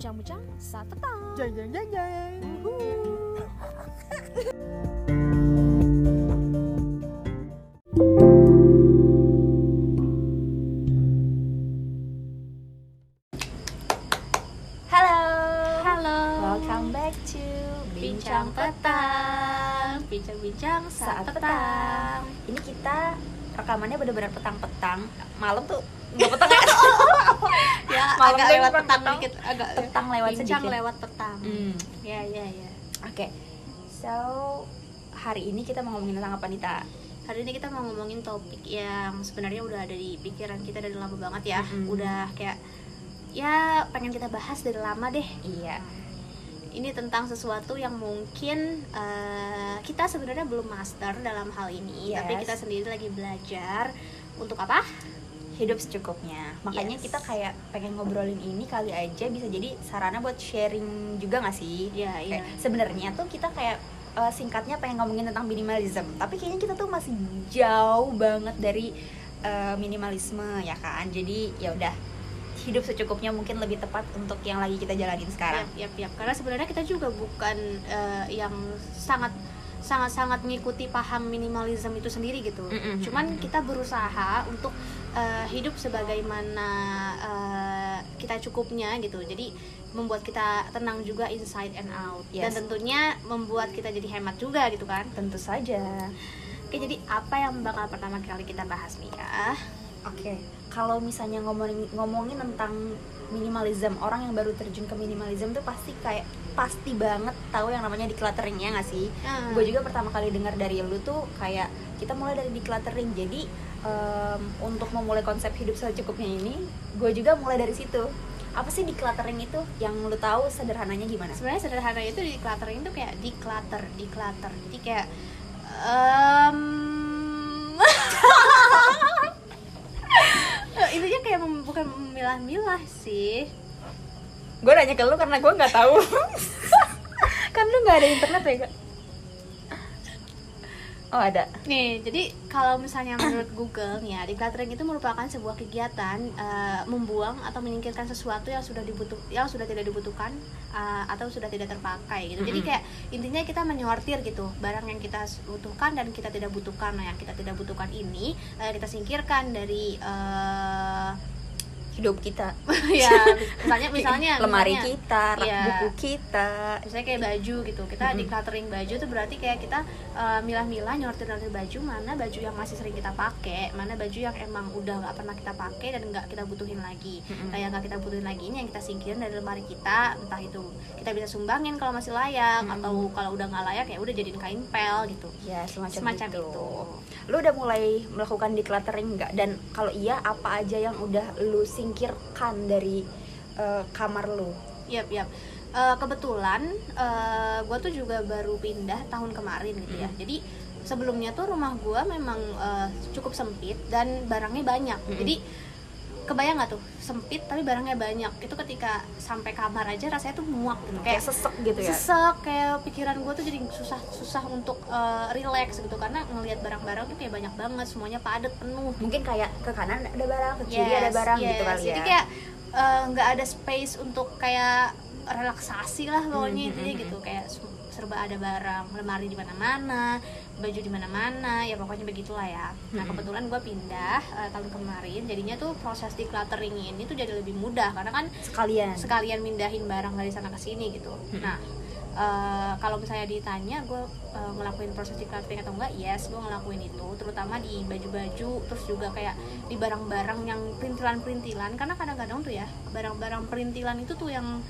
Bincang-bincang saat petang. Jeng jeng jeng jeng. Halo. Welcome back to Bincang petang. Bincang-bincang saat petang. Ini kita rekamannya benar-benar petang-petang. Malam tuh nggak petang ya? Ya, Malam agak tuh lewat bukan petang petang. dikit, agak Petang lewat bincang sedikit. lewat petang. Ya. Oke. So hari ini kita mau ngomongin tentang apa nih, Ta? Hari ini kita mau ngomongin topik yang sebenarnya udah ada di pikiran kita dari lama banget ya. Udah kayak ya pengen kita bahas dari lama deh. Iya. Ini tentang sesuatu yang mungkin kita sebenarnya belum master dalam hal ini, Yes. tapi kita sendiri lagi belajar untuk apa? Hidup secukupnya. Makanya Yes. kita kayak pengen ngobrolin ini kali aja bisa jadi sarana buat sharing juga nggak sih? Iya. Kayak sebenarnya tuh kita kayak singkatnya pengen ngomongin tentang minimalism, tapi kayaknya kita tuh masih jauh banget dari minimalisme ya kan. Jadi ya udah, hidup secukupnya mungkin lebih tepat untuk yang lagi kita jalanin sekarang. Yap. Karena sebenarnya kita juga bukan yang sangat mengikuti paham minimalism itu sendiri gitu. Cuman kita berusaha untuk hidup sebagaimana kita cukupnya gitu. Jadi membuat kita tenang juga inside and out. Yes. Dan tentunya membuat kita jadi hemat juga gitu kan. Tentu saja. Oke, jadi apa yang bakal pertama kali kita bahas nih ya? Oke, kalau misalnya ngomongin tentang minimalism, orang yang baru terjun ke minimalism tuh pasti banget tahu yang namanya decluttering, ya nggak sih? Gue juga pertama kali dengar dari lu tuh kayak kita mulai dari decluttering. Jadi untuk memulai konsep hidup secukupnya ini, gue juga mulai dari situ. Apa sih decluttering itu? Yang lu tahu sederhananya gimana? Sebenarnya sederhana itu decluttering itu kayak declutter. Jadi kayak intinya kayak bukan memilah-milah sih. Gue nanya ke lu karena gue nggak tahu. Kan lu nggak ada internet ya, Kak? Oh, ada. Nih, jadi kalau misalnya menurut Google nih ya, decluttering itu merupakan sebuah kegiatan membuang atau menyingkirkan sesuatu yang sudah tidak dibutuhkan atau sudah tidak terpakai gitu. Jadi kayak intinya kita menyortir gitu barang yang kita butuhkan dan kita tidak butuhkan. Nah, yang kita tidak butuhkan ini kita singkirkan dari Hidup kita. ya misalnya lemari kita, rak iya. buku kita. Misalnya kayak baju gitu, kita decluttering baju tuh berarti kayak kita milah-milah, nyortir baju, mana baju yang masih sering kita pakai, mana baju yang emang udah nggak pernah kita pakai dan nggak kita butuhin lagi. Nah, yang nggak kita butuhin lagi ini yang kita singkirin dari lemari kita, entah itu kita bisa sumbangin kalau masih layak, atau kalau udah nggak layak ya udah jadiin kain pel gitu. Ya, semacam itu. itu. Lu udah mulai melakukan decluttering nggak? Dan kalau iya, apa aja yang udah lu singkirkan dari kamar lu? Yap. Kebetulan gue tuh juga baru pindah tahun kemarin gitu ya. Jadi sebelumnya tuh rumah gue memang cukup sempit dan barangnya banyak. Jadi kebayang nggak tuh, sempit tapi barangnya banyak. Itu ketika sampai kamar aja rasanya tuh muak gitu, Kayak sesek gitu ya? Sesek, kayak pikiran gue tuh jadi susah untuk relax gitu, karena ngelihat barang-barang tuh kayak banyak banget, semuanya padat, penuh. Mungkin kayak ke kanan ada barang, ke kiri ada barang gitu kali ya. Jadi kayak nggak ada space untuk kayak relaksasi lah pokoknya intinya gitu. Kayak serba ada barang, lemari di mana-mana, baju di mana-mana, ya pokoknya begitulah ya. Nah, kebetulan gue pindah tahun kemarin, jadinya tuh proses decluttering ini tuh jadi lebih mudah karena kan sekalian mindahin barang dari sana ke sini gitu. Nah, kalau misalnya ditanya gue ngelakuin proses decluttering atau enggak, yes, gue ngelakuin itu, terutama di baju-baju, terus juga kayak di barang-barang yang perintilan-perintilan, karena kadang-kadang tuh ya barang-barang perintilan itu tuh yang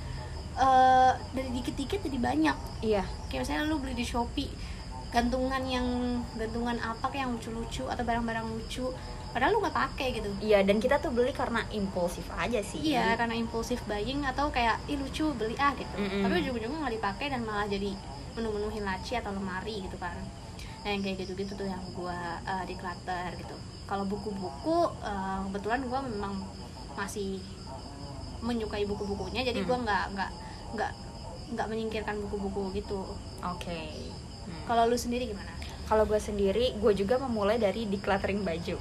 dari dikit-dikit jadi banyak. Iya. Kayak misalnya lu beli di Shopee gantungan apa kayak yang lucu-lucu atau barang-barang lucu, padahal lu nggak pakai gitu. Iya, dan kita tuh beli karena impulsif aja sih. Iya, karena impulsif buying atau kayak lucu beli gitu. Tapi ujung-ujungnya nggak dipakai dan malah jadi menu-menuhin laci atau lemari gitu kan. Nah, yang kayak gitu-gitu tuh yang gua declutter gitu. Kalau buku-buku kebetulan gua memang masih menyukai buku-bukunya, jadi gua nggak menyingkirkan buku-buku gitu. Oke. Kalau lu sendiri gimana? Kalau gue sendiri, gue juga memulai dari decluttering baju.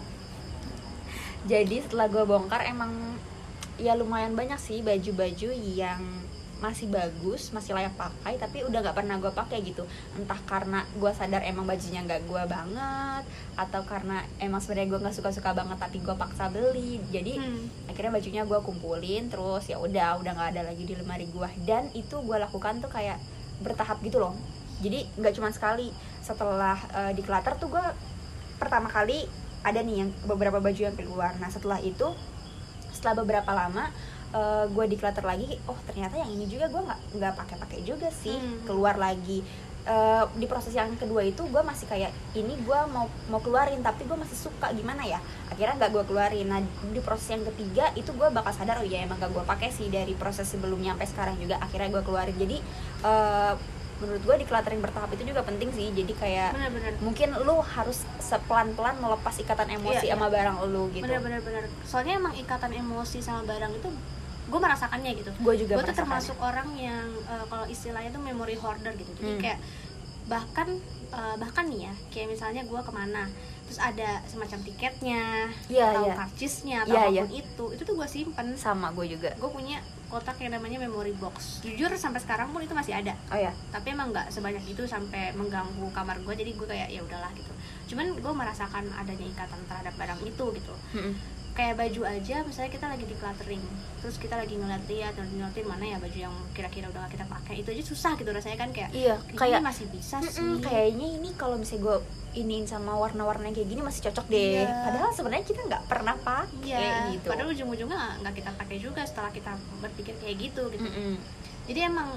Jadi setelah gue bongkar, emang ya lumayan banyak sih baju-baju yang masih bagus, masih layak pakai, tapi udah nggak pernah gue pakai gitu. Entah karena gue sadar emang bajunya nggak gue banget, atau karena emang sebenarnya gue nggak suka-suka banget tapi gue paksa beli. Jadi akhirnya bajunya gue kumpulin, terus ya udah nggak ada lagi di lemari gue. Dan itu gue lakukan tuh kayak bertahap gitu loh. Jadi nggak cuma sekali. Setelah declutter tuh gue pertama kali ada nih yang beberapa baju yang keluar. Nah setelah itu, setelah beberapa lama gue declutter lagi, oh ternyata yang ini juga gue nggak pakai juga sih, keluar lagi. Di proses yang kedua itu gue masih kayak ini gue mau keluarin tapi gue masih suka gimana ya, akhirnya nggak gue keluarin. Nah di proses yang ketiga itu gue bakal sadar, oh iya emang gak gue pakai sih dari proses sebelumnya sampai sekarang juga, akhirnya gue keluarin. Jadi menurut gue decluttering bertahap itu juga penting sih. Jadi kayak bener. Mungkin lu harus pelan-pelan melepas ikatan emosi sama barang lu gitu. Bener. Soalnya emang ikatan emosi sama barang itu gue merasakannya gitu. Gue juga tuh termasuk orang yang kalau istilahnya tuh memory hoarder gitu. Jadi kayak bahkan nih ya, kayak misalnya gue kemana terus ada semacam tiketnya atau karcisnya atau apapun itu tuh gue simpen. Sama gue juga, gue punya kotak yang namanya memory box. Jujur sampai sekarang pun itu masih ada. Tapi emang nggak sebanyak itu sampai mengganggu kamar gue, jadi gue kayak ya udahlah gitu. Cuman gue merasakan adanya ikatan terhadap barang itu gitu. Kayak baju aja, misalnya kita lagi decluttering, terus kita lagi ngeliatin mana ya baju yang kira-kira udah gak kita pakai, itu aja susah gitu rasanya kan, kayak kayak masih bisa sih. Kayaknya ini kalau misalnya gue iniin sama warna-warna kayak gini masih cocok deh. Padahal sebenarnya kita nggak pernah pakai gitu. Padahal ujung-ujungnya nggak kita pakai juga setelah kita berpikir kayak gitu. Jadi emang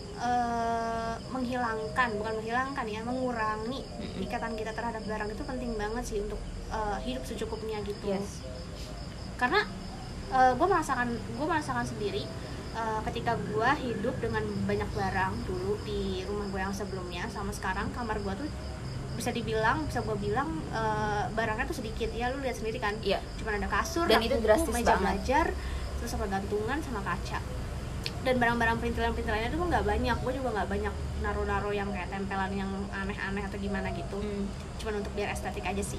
mengurangi ikatan kita terhadap barang itu penting banget sih untuk hidup secukupnya gitu. Karena gue merasakan sendiri ketika gue hidup dengan banyak barang dulu di rumah gue yang sebelumnya sama sekarang, kamar gue tuh bisa gue bilang barangnya tuh sedikit ya, lu lihat sendiri kan. Cuman ada kasur, dan itu drastis meja banget, belajar, terus sama gantungan sama kaca. Dan barang-barang perintilan-perintilannya tuh nggak banyak. Gue juga nggak banyak naro-naro yang kayak tempelan yang aneh-aneh atau gimana gitu. Cuman untuk biar estetik aja sih.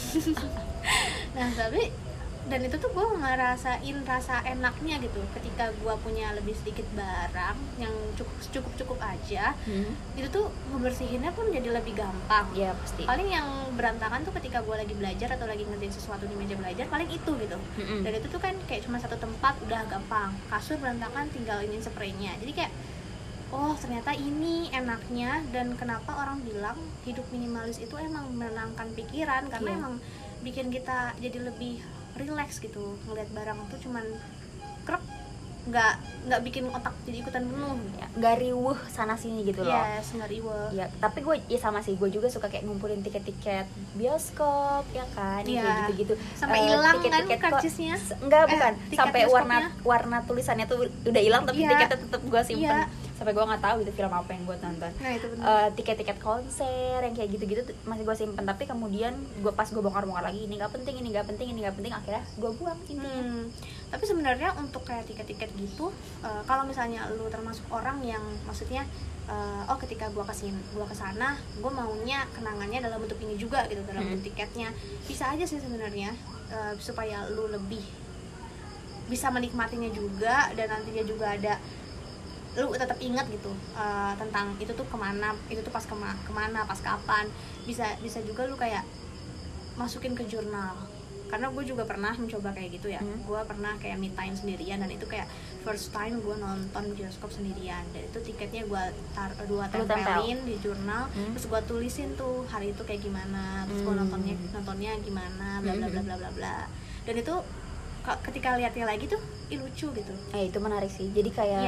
Nah tapi, dan itu tuh gue ngerasain rasa enaknya gitu ketika gue punya lebih sedikit barang yang cukup aja. Itu tuh ngebersihinnya pun jadi lebih gampang. Pasti. Paling yang berantakan tuh ketika gue lagi belajar atau lagi ngerjain sesuatu di meja belajar, paling itu gitu. Dan itu tuh kan kayak cuma satu tempat udah gampang. Kasur berantakan tinggal ini spraynya. Jadi kayak oh ternyata ini enaknya. Dan kenapa orang bilang hidup minimalis itu emang menenangkan pikiran, karena emang bikin kita jadi lebih relax gitu, ngeliat barang tuh cuman krek, nggak bikin otak jadi ikutan penuh, nggak riuh sana sini gitu loh. Nggak riuh. Tapi gue sama sih, gue juga suka kayak ngumpulin tiket-tiket bioskop ya kan, kayak gitu-gitu sampai hilang kan karcisnya. Bukan sampai warna tulisannya tuh udah hilang tapi tiketnya tetap gue simpen. Sampai gue nggak tahu gitu film apa yang gue tonton. Nah, itu tiket-tiket konser yang kayak gitu-gitu masih gue simpen, tapi kemudian pas gue bongkar lagi, ini nggak penting, akhirnya gue buang intinya. Tapi sebenarnya untuk kayak tiket-tiket gitu, kalau misalnya lu termasuk orang yang maksudnya ketika gue kesana gue maunya kenangannya dalam bentuk ini juga gitu, dalam bentuk tiketnya, bisa aja sih sebenarnya, supaya lu lebih bisa menikmatinya juga, dan nantinya juga ada lu tetap ingat gitu tentang itu tuh kemana, itu tuh pas kemana, pas kapan. Bisa juga lu kayak masukin ke jurnal, karena gue juga pernah mencoba kayak gitu ya. Gue pernah kayak me time sendirian, dan itu kayak first time gue nonton bioskop sendirian, dan itu tiketnya gue tempelin di jurnal, terus gue tulisin tuh hari itu kayak gimana, terus gue nontonnya gimana, bla bla bla bla bla bla. Dan itu ketika lihatnya lagi tuh lucu gitu. Itu menarik sih, jadi kayak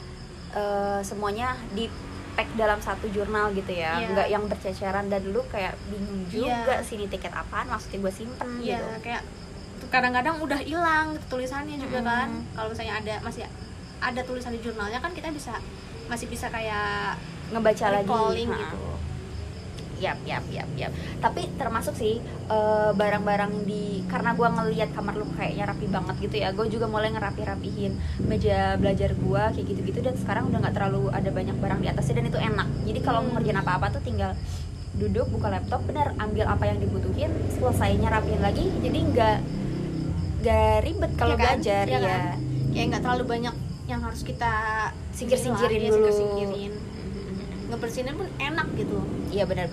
semuanya di pack dalam satu jurnal gitu ya, nggak yang berceceran, dan lu kayak bingung juga sih ini tiket apaan, maksudnya gue simpen gitu. Kayak kadang-kadang udah hilang tulisannya juga kan. Kalau misalnya masih ada tulisan di jurnalnya kan, kita masih bisa kayak ngebaca lagi gitu. Yap. Tapi termasuk sih barang-barang karena gue ngelihat kamar lu kayaknya rapi banget gitu ya, gue juga mulai ngerapihin meja belajar gue kayak gitu-gitu, dan sekarang udah nggak terlalu ada banyak barang di atasnya, dan itu enak. Jadi kalau mau ngerjain apa-apa tuh tinggal duduk, buka laptop, ambil apa yang dibutuhin, selesainya rapihin lagi, jadi nggak ribet kalau belajar. Kan? Kayak nggak terlalu banyak yang harus kita singkir-singkirin ya, dulu. Singkir-singkirin. Ngebersihinnya pun enak gitu. Iya benar.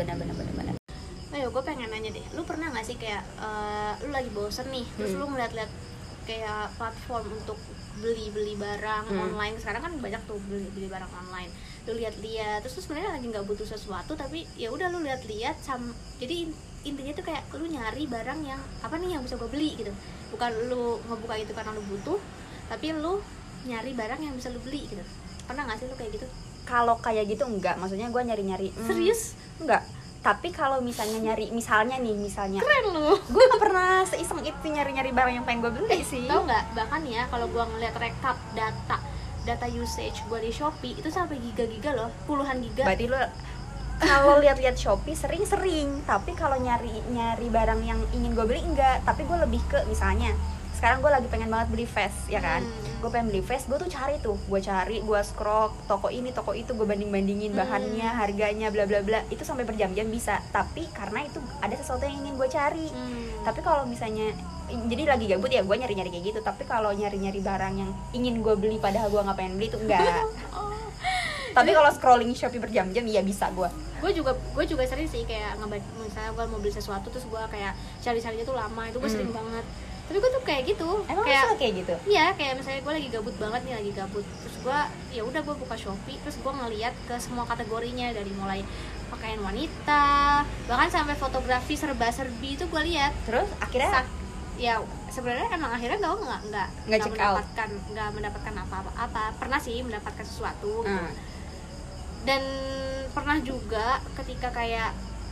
Ayo gue pengen nanya deh, lu pernah nggak sih kayak lu lagi bosen nih, terus lu ngeliat-liat kayak platform untuk beli barang online. Sekarang kan banyak tuh beli barang online. Lu lihat-lihat, terus lu sebenarnya lagi nggak butuh sesuatu, tapi ya udah lu lihat-lihat jadi intinya tuh kayak lu nyari barang yang apa nih yang bisa gue beli gitu. Bukan lu ngebuka itu karena lu butuh, tapi lu nyari barang yang bisa lu beli gitu. Pernah nggak sih lu kayak gitu? Kalau kayak gitu enggak, maksudnya gue nyari-nyari. Serius? Enggak. Tapi kalau misalnya misalnya keren lu. Gue gak pernah seiseng itu nyari-nyari barang yang pengen gue beli sih. Tau nggak, bahkan ya kalau gue ngeliat rekap data usage gue di Shopee itu sampai giga loh, puluhan giga. Berarti lu kalau lihat-lihat Shopee sering, tapi kalau nyari barang yang ingin gue beli enggak. Tapi gue lebih ke misalnya sekarang gue lagi pengen banget beli vest ya kan, gue pengen beli vest, gue tuh gue scroll toko ini toko itu, gue bandingin bahannya, harganya, bla bla bla, itu sampai berjam-jam bisa. Tapi karena itu ada sesuatu yang ingin gue cari. Tapi kalau misalnya jadi lagi gabut ya gue nyari kayak gitu. Tapi kalau nyari barang yang ingin gue beli padahal gue nggak pengen beli itu enggak. Tapi kalau scrolling Shopee berjam-jam ya bisa gue juga sering sih kayak misalnya gue mau beli sesuatu terus gue kayak cari-carinya tuh lama, itu gue sering banget. Tapi gue tuh kayak gitu. Emang kayak gitu? Iya, kayak misalnya gue lagi gabut banget nih, terus gue ya udah gue buka Shopee, terus gue ngeliat ke semua kategorinya, dari mulai pakaian wanita bahkan sampai fotografi serba-serbi itu gue lihat. Terus akhirnya ya sebenarnya emang akhirnya nggak mendapatkan apa-apa. Pernah sih mendapatkan sesuatu gitu. Dan pernah juga ketika kayak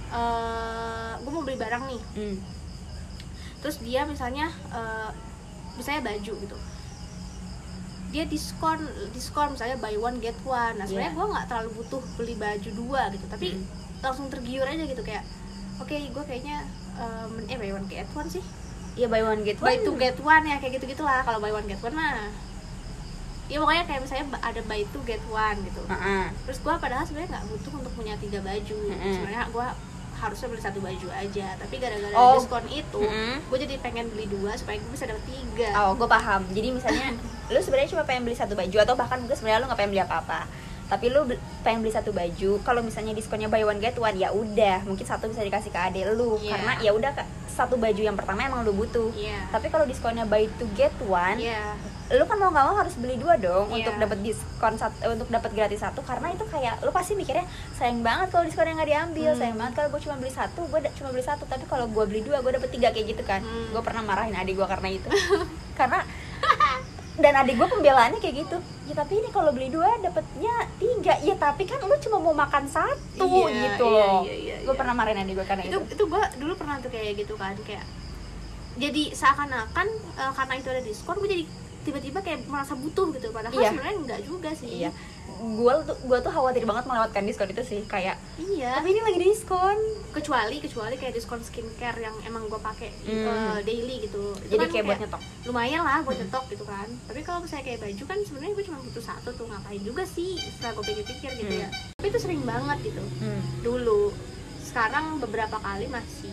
gue mau beli barang nih, terus dia misalnya baju gitu, dia diskon misalnya buy one get one. Nah sebenarnya gue nggak terlalu butuh beli baju 2 gitu, tapi langsung tergiur aja gitu kayak oke, gue kayaknya buy one get one sih. Iya, buy one get one, buy two get one ya, kayak gitu-gitulah. Kalau buy one get one mah ya pokoknya kayak misalnya ada buy two get one gitu. Terus gue padahal sebenarnya nggak butuh untuk punya 3 baju. Sebenarnya gue harusnya beli 1 baju aja, tapi gara-gara diskon itu gue jadi pengen beli 2 supaya gue bisa dapet 3. Gue paham. Jadi misalnya lu sebenarnya cuma pengen beli 1 baju, atau bahkan mungkin sebenarnya lu nggak pengen beli apa-apa, tapi lu pengen beli 1 baju. Kalau misalnya diskonnya buy one get one, ya udah mungkin 1 bisa dikasih ke adek lu, karena ya udah 1 baju yang pertama emang lu butuh. Tapi kalau diskonnya buy two get one, lu kan mau nggak mau harus beli 2 dong untuk dapat diskon untuk dapat gratis 1. Karena itu kayak lu pasti mikirnya sayang banget kalau diskonnya nggak diambil, sayang banget kalau gue cuma beli 1, cuma beli 1, tapi kalau gue beli 2 gue dapet 3, kayak gitu kan. Gue pernah marahin adik gue karena itu. Karena dan adik gue pembelaannya kayak gitu, ya tapi ini kalau beli 2 dapetnya 3, ya tapi kan lu cuma mau makan 1 gitu loh. Gue pernah marahin adik gue karena itu gue dulu pernah tuh kayak gitu kan, kayak jadi seakan-akan karena itu ada diskon gue jadi tiba-tiba kayak merasa butuh gitu, padahal sebenarnya enggak juga sih. Gue tuh khawatir banget melewatkan diskon itu sih, kayak tapi ini lagi diskon, kecuali kayak diskon skincare yang emang gue pakai daily gitu. Jadi kan kayak buat nyetok, lumayan lah buat nyetok gitu kan. Tapi kalau misalnya kayak baju kan sebenarnya gue cuma butuh 1 tuh, ngapain juga sih setelah gue pikir-pikir gitu ya. Tapi itu sering banget gitu dulu. Sekarang beberapa kali masih,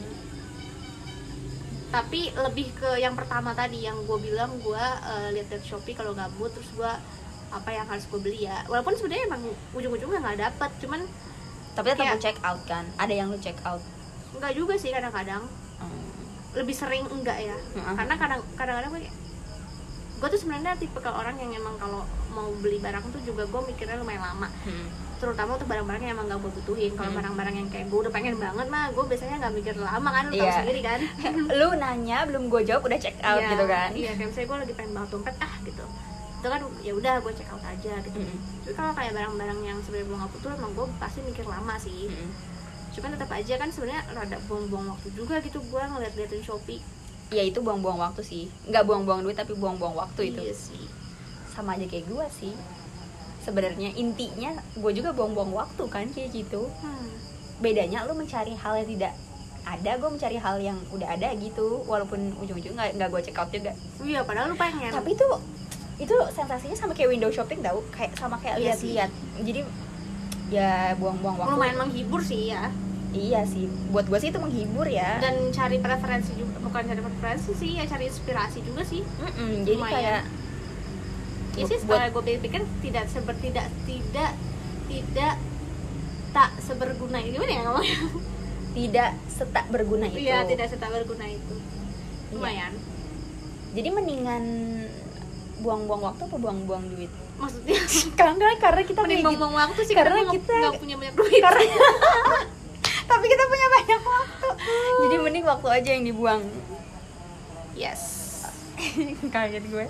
tapi lebih ke yang pertama tadi yang gue bilang, gue lihat Shopee kalau gabut, terus gue apa yang harus gue beli ya, walaupun sebenarnya emang ujung-ujungnya nggak dapet, cuman tapi tetap check out kan. Ada yang lu check out? Enggak juga sih, kadang-kadang lebih sering enggak ya. Karena kadang-kadang gue tuh sebenarnya tipe orang yang emang kalau mau beli barang tuh juga gue mikirnya lumayan lama, terutama untuk barang-barang yang emang gak gue butuhin. Kalau barang-barang yang kayak gue udah pengen banget mah, gue biasanya gak mikir lama kan, lu tau sendiri kan. Lu nanya belum gue jawab udah check out gitu kan. Iya, kayak misalnya gue lagi pengen banget dompet gitu, itu kan ya udah gue check out aja gitu. Tapi kalau kayak barang-barang yang sebenarnya gue gak butuh, emang gue pasti mikir lama sih. Cuman tetap aja kan sebenarnya rada buang-buang waktu juga gitu gue ngeliat-liatin Shopee. Ya itu buang-buang waktu sih, nggak buang-buang duit tapi buang-buang waktu itu. Iya sih, sama aja kayak gue sih sebenarnya. Intinya gue juga buang-buang waktu kan kayak gitu. Bedanya lu mencari hal yang tidak ada, gue mencari hal yang udah ada gitu, walaupun ujung-ujung nggak gue check out juga. Iya, padahal lu pengen. Tapi itu sensasinya sama kayak window shopping tau, kayak sama kayak lihat-lihat. Jadi ya buang-buang waktu. Lumayan menghibur sih ya. Iya sih, buat gue sih itu menghibur ya. Dan cari preferensi juga, bukan cari preferensi sih, ya cari inspirasi juga sih. Jadi kayak Iya sih, setelah gue pikir tidak tak seberguna itu, gimana ya ngomongnya? Tidak setak berguna itu. Iya, tidak setak berguna itu. Lumayan. Jadi mendingan buang-buang waktu apa buang-buang duit? Maksudnya karena kita mending buang-buang waktu sih, karena kita kita nggak punya banyak duit. Tapi kita punya banyak waktu. Jadi mending waktu aja yang dibuang. Yes. Kaget gue.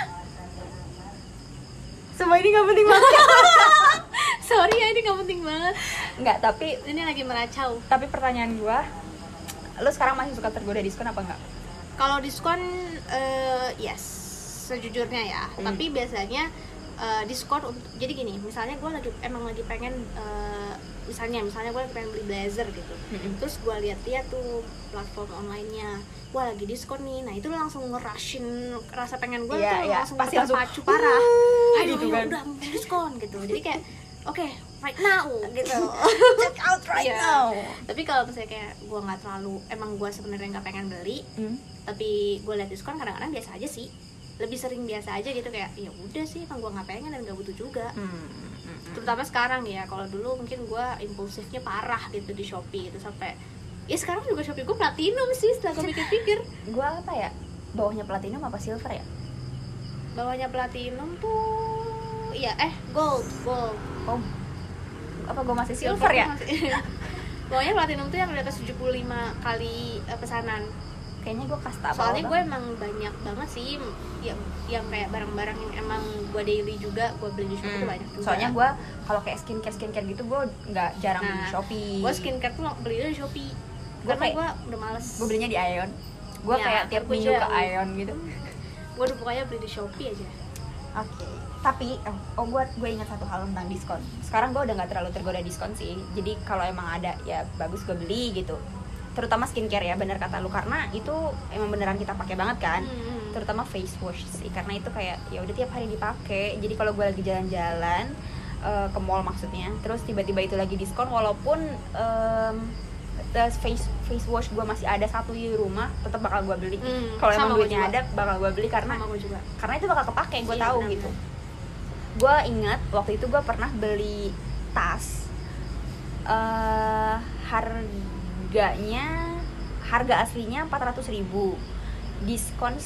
Semua ini nggak penting banget. Sorry ya, ini nggak penting banget. Nggak, tapi ini lagi meracau. Tapi pertanyaan gue, lo sekarang masih suka tergoda diskon apa enggak? Kalau diskon, yes, sejujurnya ya. Tapi biasanya diskon jadi gini, misalnya gue emang lagi pengen misalnya gue lagi pengen beli blazer gitu. Terus gue lihat tuh platform online-nya, wah lagi diskon nih. Nah itu langsung ngerushin rasa pengen gue tuh, langsung pasti terpacu parah. Ayo gitu kan. udah diskon gitu. Jadi kayak oke, right now gitu. Check out right now. Tapi kalau misalnya kayak gue nggak terlalu, emang gue sebenarnya nggak pengen beli, tapi gue lihat diskon, kadang-kadang biasa aja sih, lebih sering biasa aja gitu, kayak ya udah sih, emang gue nggak pengen dan nggak butuh juga. Terutama sekarang ya, kalau dulu mungkin gue impulsifnya parah gitu di Shopee gitu, sampai ya sekarang juga Shopee gue platinum sih setelah gue pikir-pikir. Gue apa ya, bawahnya platinum apa silver ya? Bawahnya platinum tuh iya gold. Oh, apa gue masih silver ya? Bawahnya platinum tuh yang di atas 75 kali pesanan. Kayaknya gue kasta. Soalnya gue emang banyak banget sih yang kayak barang-barang yang emang gue daily juga gue beli di Shopee tuh banyak juga. Soalnya gue kalau kayak skincare gitu gue nggak jarang beli di Shopee. Gue skincare tuh beli di Shopee. Karena gue udah males. Gue belinya di Aeon. Gue kayak tiap minggu ke Aeon gitu. Gue udah pokoknya beli di Shopee aja. Oke. Tapi gue ingat satu hal tentang diskon. Sekarang gue udah nggak terlalu tergoda diskon sih. Jadi kalau emang ada ya bagus gue beli gitu. Terutama skincare ya, bener kata lu, karena itu emang beneran kita pakai banget kan. Terutama face wash sih, karena itu kayak ya udah tiap hari dipakai. Jadi kalau gue lagi jalan-jalan ke mall maksudnya, terus tiba-tiba itu lagi diskon, walaupun face wash gue masih ada satu di rumah, tetap bakal gue beli. Kalau emang duitnya ada, bakal gue beli karena itu bakal kepake, gue tahu bener. Gitu. Gue ingat waktu itu gue pernah beli tas, harga aslinya 400.000, diskon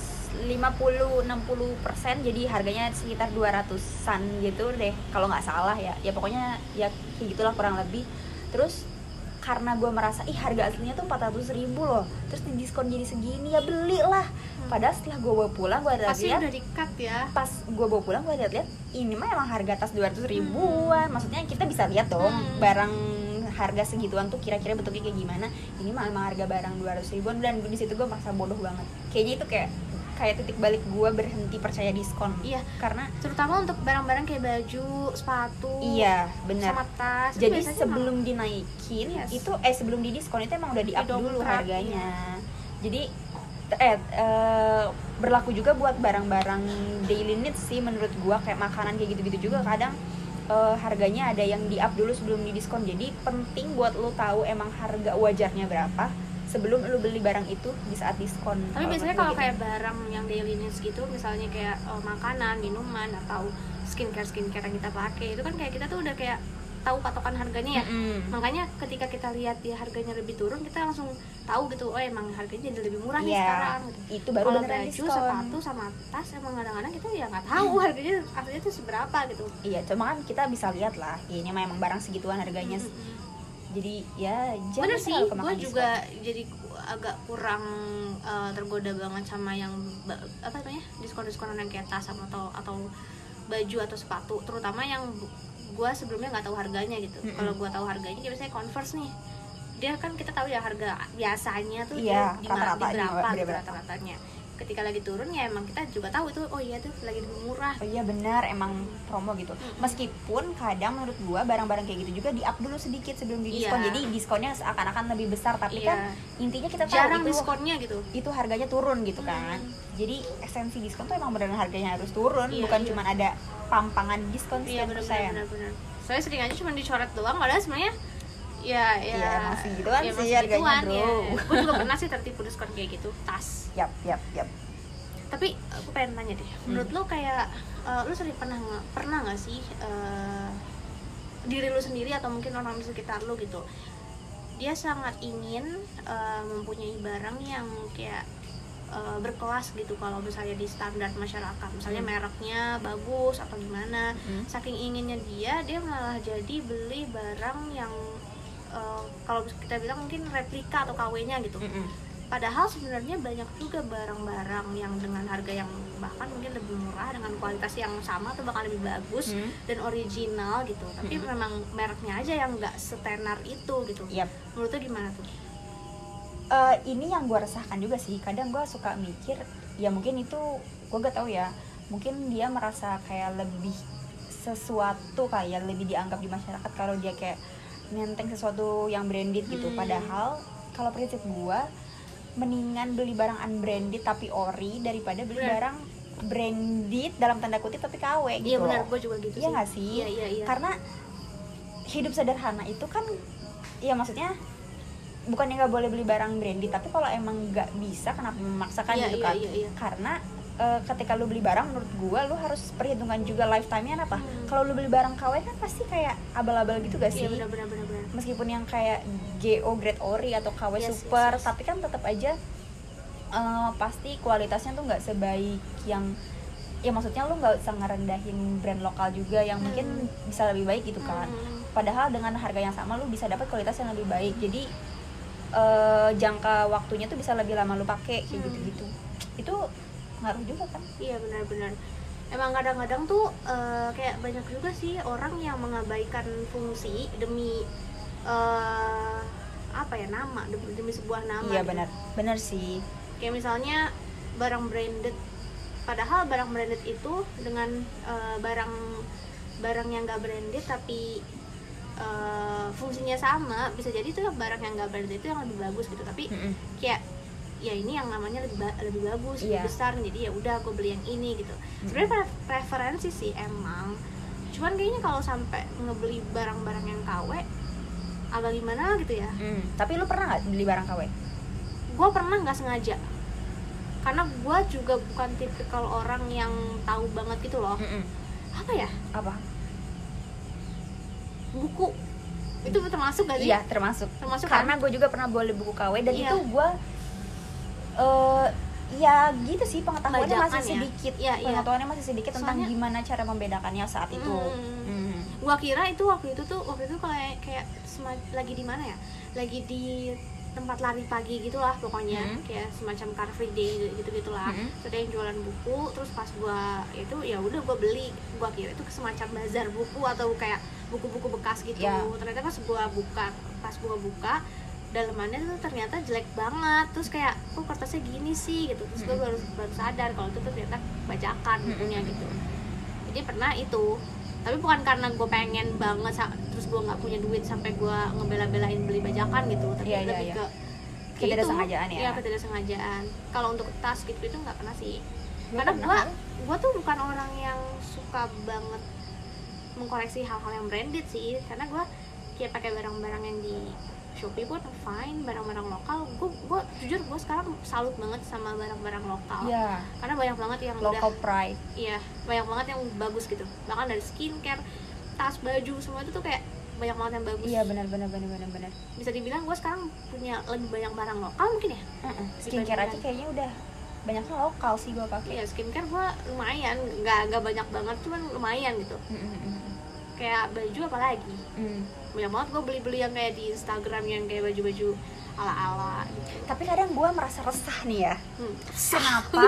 50-60%, jadi harganya sekitar 200-an gitu deh kalau nggak salah ya pokoknya ya kayak gitulah kurang lebih. Terus karena gue merasa harga aslinya tuh 400.000 loh, terus di diskon jadi segini, ya belilah. Padahal setelah gue bawa pulang, gue lihat udah di-cut ya. Pas gue bawa pulang, gue lihat ini mah emang harga tas 200.000-an. Maksudnya kita bisa lihat dong barang harga segituan tuh kira-kira bentuknya kayak gimana. Ini mah emang harga barang 200.000-an, dan di situ gue merasa bodoh banget. Kayaknya itu kayak titik balik gue berhenti percaya diskon. Iya, karena terutama untuk barang-barang kayak baju, sepatu, iya benar, sama tas. Jadi sebelum dinaikin itu sebelum didiskon itu emang udah di-up dulu harganya. Jadi berlaku juga buat barang-barang daily needs sih menurut gue, kayak makanan kayak gitu-gitu juga kadang harganya ada yang di-up dulu sebelum didiskon. Jadi penting buat lo tahu emang harga wajarnya berapa sebelum lo beli barang itu di saat diskon. Tapi biasanya kalau kayak barang yang daily needs gitu, misalnya kayak makanan, minuman, atau skincare yang kita pakai, itu kan kayak kita tuh udah kayak tahu patokan harganya ya. Makanya ketika kita lihat ya harganya lebih turun, kita langsung tahu gitu, oh emang harganya jadi lebih murah nih sekarang gitu. Itu baru beneran diskon. Sepatu sama tas emang kadang-kadang kita ya nggak tahu harganya aslinya tuh seberapa gitu. Iya, cuma kan kita bisa lihat lah, ini memang barang segituan harganya. Jadi ya jangan bener sih, gue juga jadi agak kurang tergoda banget sama yang apa namanya diskon-diskonan yang kayak tas atau baju atau sepatu, terutama yang gue sebelumnya nggak tahu harganya gitu. Kalau gue tahu harganya, kayak misalnya Converse nih, dia kan kita tahu ya harga biasanya tuh di berapa rata-ratanya. Ketika lagi turun ya emang kita juga tahu itu, oh iya tuh lagi murah. Oh iya benar, emang promo gitu. Meskipun kadang menurut gua barang-barang kayak gitu juga di-up dulu sedikit sebelum didiskon. Jadi diskonnya seakan-akan lebih besar, tapi kan intinya kita tahu jarang itu diskonnya gitu. Itu harganya turun gitu kan. Jadi esensi diskon tuh emang benar harganya harus turun, bukan cuma ada pampangan diskon setiap persen. Benar. Saya sering aja cuma dicoret doang, padahal sebenarnya ya emang segituan sih harganya bro. Gue juga pernah sih tertipu diskon kayak gitu tas. Yap. Tapi aku pengen tanya deh, menurut lo kayak lo sering pernah nggak sih diri lo sendiri atau mungkin orang di sekitar lo gitu, dia sangat ingin mempunyai barang yang kayak berkelas gitu kalau misalnya di standar masyarakat, misalnya mereknya bagus atau gimana, saking inginnya dia malah jadi beli barang yang kalau kita bilang mungkin replika atau KW-nya gitu. Padahal sebenarnya banyak juga barang-barang yang dengan harga yang bahkan mungkin lebih murah dengan kualitas yang sama atau bahkan lebih bagus dan original gitu. Tapi memang mereknya aja yang nggak setenar itu gitu. Menurut lo gimana tuh? Ini yang gue resahkan juga sih. Kadang gue suka mikir, ya mungkin itu gue gak tahu ya. Mungkin dia merasa kayak lebih sesuatu kayak lebih dianggap di masyarakat kalau dia kayak nenteng sesuatu yang branded gitu. Padahal kalau prinsip gue, mendingan beli barang unbranded tapi ori daripada beli barang branded dalam tanda kutip tapi KW gitu. Iya benar, gue juga gitu. Iya nggak sih? Iya. Karena hidup sederhana itu kan, ya maksudnya bukannya nggak boleh beli barang branded, tapi kalau emang nggak bisa kenapa memaksakan gitu kan? Iya. Karena ketika lu beli barang, menurut gua lu harus perhitungkan juga lifetime-nya apa. Kalau lu beli barang KW kan pasti kayak abal-abal gitu gak sih? Iya benar. Meskipun yang kayak GO grade ori atau KW super, tapi kan tetap aja pasti kualitasnya tuh nggak sebaik yang, ya maksudnya lu nggak usah ngerendahin brand lokal juga yang mungkin bisa lebih baik gitu kan. Padahal dengan harga yang sama lu bisa dapat kualitas yang lebih baik. Jadi jangka waktunya tuh bisa lebih lama lu pakai kayak gitu-gitu. Itu ngaruh juga kan? Iya benar. Emang kadang-kadang tuh kayak banyak juga sih orang yang mengabaikan fungsi demi nama, demi sebuah nama. Iya benar sih. Kayak misalnya barang branded, padahal barang branded itu dengan barang yang nggak branded tapi fungsinya sama, bisa jadi tuh barang yang nggak branded itu yang lebih bagus gitu. Tapi kayak ya ini yang namanya lebih bagus, lebih besar, jadi ya udah aku beli yang ini gitu. Sebenarnya preferensi sih emang, cuman kayaknya kalau sampai ngebeli barang-barang yang KW agak gimana gitu ya. Tapi lu pernah nggak beli barang KW? Gue pernah nggak sengaja, karena gue juga bukan tipikal orang yang tahu banget gitu loh. Apa buku itu termasuk gak sih? Iya termasuk karena gue juga pernah beli buku KW dan itu gue ya gitu sih, pengetahuannya masih sedikit. Pengetahuannya masih sedikit tentang gimana cara membedakannya saat itu. Gua kira itu waktu itu kayak lagi di mana ya? Lagi di tempat lari pagi gitulah pokoknya, kayak semacam Car Free Day gitu-gitulah. Terus ada yang jualan buku, terus pas gua itu ya udah gua beli. Gua kira itu semacam bazar buku atau kayak buku-buku bekas gitu. Ternyata pas gua buka dalamannya tuh ternyata jelek banget. Terus kayak kertasnya gini sih gitu. Terus gue baru sadar kalau itu tuh ternyata bajakan bukunya gitu. Jadi pernah itu, tapi bukan karena gue pengen banget terus gue nggak punya duit sampai gue ngebela-belain beli bajakan gitu, tapi lebih ke ketidaksengajaan ya. Iya, ketidaksengajaan. Kalau untuk tas gitu itu nggak pernah sih. Karena gue tuh bukan orang yang suka banget mengkoleksi hal-hal yang branded sih, karena gue kayak pakai barang-barang yang di Shopee pun fine, barang-barang lokal. Gue jujur gue sekarang salut banget sama barang-barang lokal. Karena banyak banget yang local pride. Iya, banyak banget yang bagus gitu. Bahkan dari skincare, tas, baju, semua itu tuh kayak banyak banget yang bagus. Iya benar. Bisa dibilang gue sekarang punya lebih banyak barang lokal mungkin ya. Skincare aja kayaknya udah banyaknya lokal sih gue pakai. Iya, skincare gue lumayan, nggak banyak banget, cuman lumayan gitu. Kayak baju apalagi. Banyak banget gue beli yang kayak di Instagram yang kayak baju-baju ala-ala gitu. Tapi kadang gue merasa resah nih ya. Kenapa?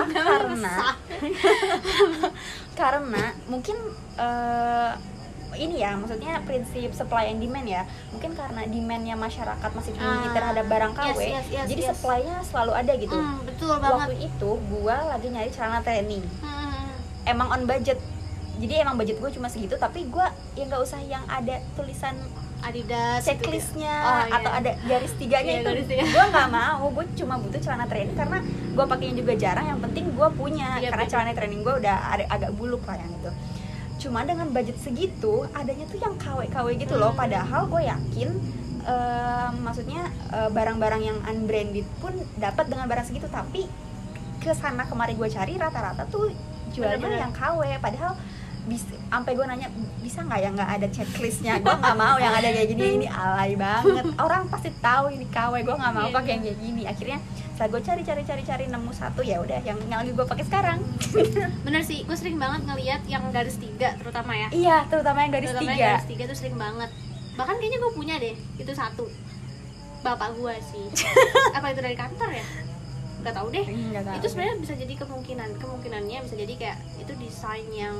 Karena mungkin ini ya, maksudnya prinsip supply and demand ya. Mungkin karena demandnya masyarakat masih tinggi terhadap barang KW, jadi supply-nya selalu ada gitu. Betul banget. Waktu itu gue lagi nyari celana training. Emang on budget. Jadi emang budget gue cuma segitu, tapi gue ya nggak usah yang ada tulisan Adidas checklistnya atau ada garis tiganya itu. Gue nggak mau, gue cuma butuh celana training karena gue pakainya juga jarang. Yang penting gue punya, karena celana training gue udah agak buluk lah yang itu. Cuma dengan budget segitu, adanya tuh yang KW gitu loh. Padahal gue yakin, maksudnya barang-barang yang unbranded pun dapat dengan barang segitu, tapi kesana kemari gue cari rata-rata tuh jualnya Bener-bener. yang KW, padahal sampai gue nanya bisa nggak ya nggak ada checklistnya, gue nggak mau yang ada kayak gini, ini alay banget, orang pasti tahu ini KW, gue nggak mau pakai yang kayak gini. Akhirnya setelah gue cari nemu satu, ya udah yang lagi gue pakai sekarang. Bener sih, gue sering banget ngeliat yang garis 3 terutama ya. Iya, terutama yang garis Terutama 3. yang garis 3 tuh sering banget. Bahkan kayaknya gue punya deh, itu satu. Bapak gue sih. Apa itu dari kantor ya? Gak tau deh. Nggak tahu. Itu sebenarnya bisa jadi kemungkinannya bisa jadi kayak itu desain yang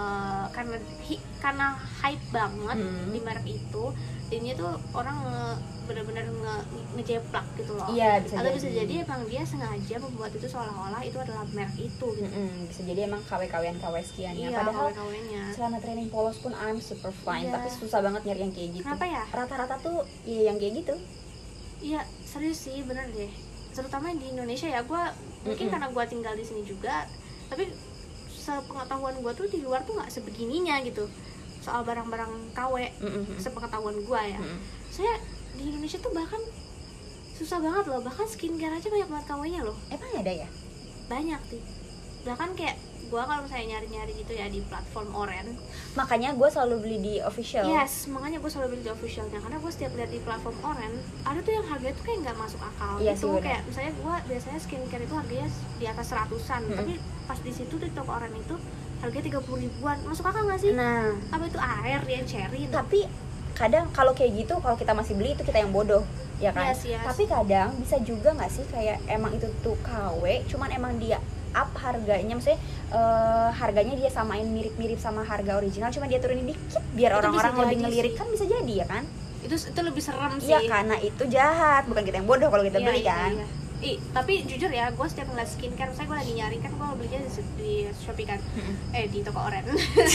karena hype banget di merek itu, jadinya tuh orang benar-benar ngejeplak gitu loh. Iya, bisa atau jadi. bisa jadi emang dia sengaja membuat itu seolah-olah itu adalah merek itu gitu. Bisa jadi emang KW-KW sekian ya. Iya, Padahal KW-nya. celana training polos pun I'm super fine, Iya. tapi susah banget nyari yang kayak gitu. Kenapa ya? Rata-rata tuh ya yang kayak gitu. Iya, serius sih, bener deh. Terutama di Indonesia ya, gue mungkin karena gue tinggal di sini juga, tapi sepengetahuan gue tuh di luar tuh nggak sebegininya gitu soal barang-barang KW. Sepengetahuan gue ya, saya di Indonesia tuh bahkan susah banget loh, bahkan skincare aja banyak banget KW-nya loh. Emang ada ya? Banyak sih, bahkan kayak gue kalau misalnya nyari-nyari gitu ya di platform Oren. Makanya gue selalu beli di official. Yes, makanya gue selalu beli di officialnya, karena gue setiap lihat di platform Oren ada tuh yang harganya tuh kayak nggak masuk akal. Iya itu sih, kayak misalnya gue biasanya skincare itu harganya di atas 100-an, tapi pas di situ di toko Oren itu harganya 30 ribuan. Masuk akal nggak sih? Nah, Apa itu air yang cherry? tapi kadang kalau kayak gitu, kalau kita masih beli itu kita yang bodoh, ya kan? Yes. Tapi kadang bisa juga nggak sih kayak emang itu tuh KW, cuman emang dia up harganya, maksudnya harganya dia samain mirip-mirip sama harga original, cuma dia turunin dikit biar Itu orang-orang bisa lebih jadi ngelirik, sih. kan bisa jadi ya kan? Itu lebih serem sih. Iya, karena itu jahat, bukan kita yang bodoh kalau kita Iya, beli iya, kan. iya. Tapi jujur ya, gue setiap ngeliat skincare, misalnya gue lagi nyari, kan gue belinya di Shopee kan, di toko Oren.